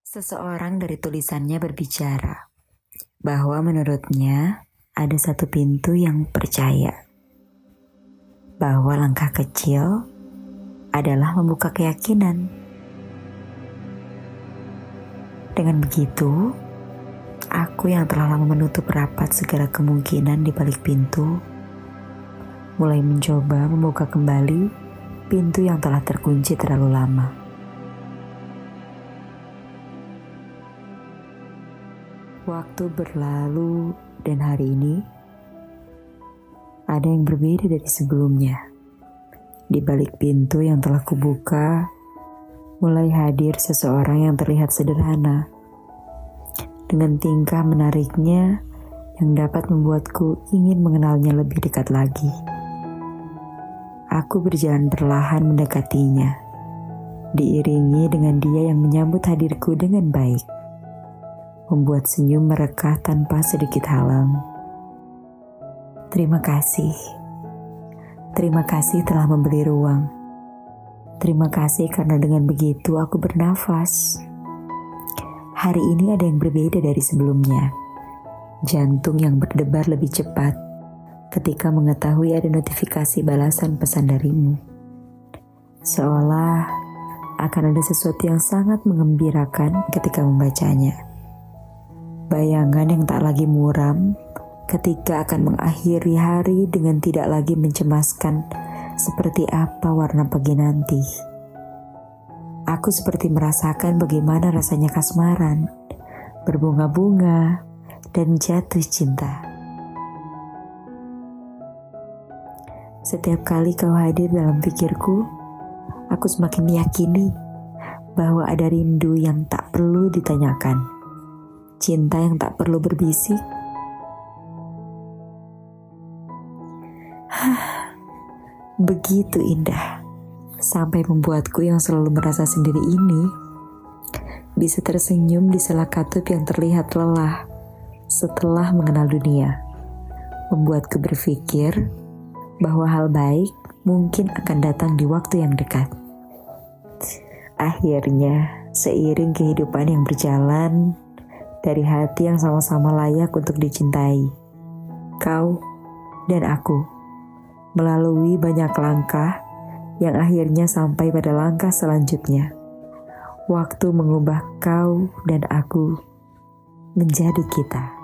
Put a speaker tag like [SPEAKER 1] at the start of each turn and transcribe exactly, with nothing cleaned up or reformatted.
[SPEAKER 1] Seseorang dari tulisannya berbicara bahwa menurutnya ada satu pintu yang percaya bahwa langkah kecil adalah membuka keyakinan. Dengan begitu, aku yang telah lama menutup rapat segala kemungkinan di balik pintu, mulai mencoba membuka kembali pintu yang telah terkunci terlalu lama. Waktu berlalu dan hari ini ada yang berbeda dari sebelumnya. Di balik pintu yang telah kubuka, mulai hadir seseorang yang terlihat sederhana. Dengan tingkah menariknya yang dapat membuatku ingin mengenalnya lebih dekat lagi. Aku berjalan perlahan mendekatinya, diiringi dengan dia yang menyambut hadirku dengan baik. Membuat senyum merekah tanpa sedikit halang. Terima kasih. Terima kasih telah memberi ruang. Terima kasih karena dengan begitu aku bernafas. Hari ini ada yang berbeda dari sebelumnya. Jantung yang berdebar lebih cepat ketika mengetahui ada notifikasi balasan pesan darimu. Seolah akan ada sesuatu yang sangat mengembirakan ketika membacanya. Bayangan yang tak lagi muram ketika akan mengakhiri hari dengan tidak lagi mencemaskan seperti apa warna pagi nanti. Aku seperti merasakan bagaimana rasanya kasmaran, berbunga-bunga, dan jatuh cinta. Setiap kali kau hadir dalam pikirku, aku semakin meyakini bahwa ada rindu yang tak perlu ditanyakan. Cinta yang tak perlu berbisik. Begitu indah, sampai membuatku yang selalu merasa sendiri ini bisa tersenyum di sela katup yang terlihat lelah setelah mengenal dunia. Membuatku berpikir bahwa hal baik mungkin akan datang di waktu yang dekat. Akhirnya, seiring kehidupan yang berjalan, dari hati yang sama-sama layak untuk dicintai, kau dan aku melalui banyak langkah yang akhirnya sampai pada langkah selanjutnya. Waktu mengubah kau dan aku menjadi kita.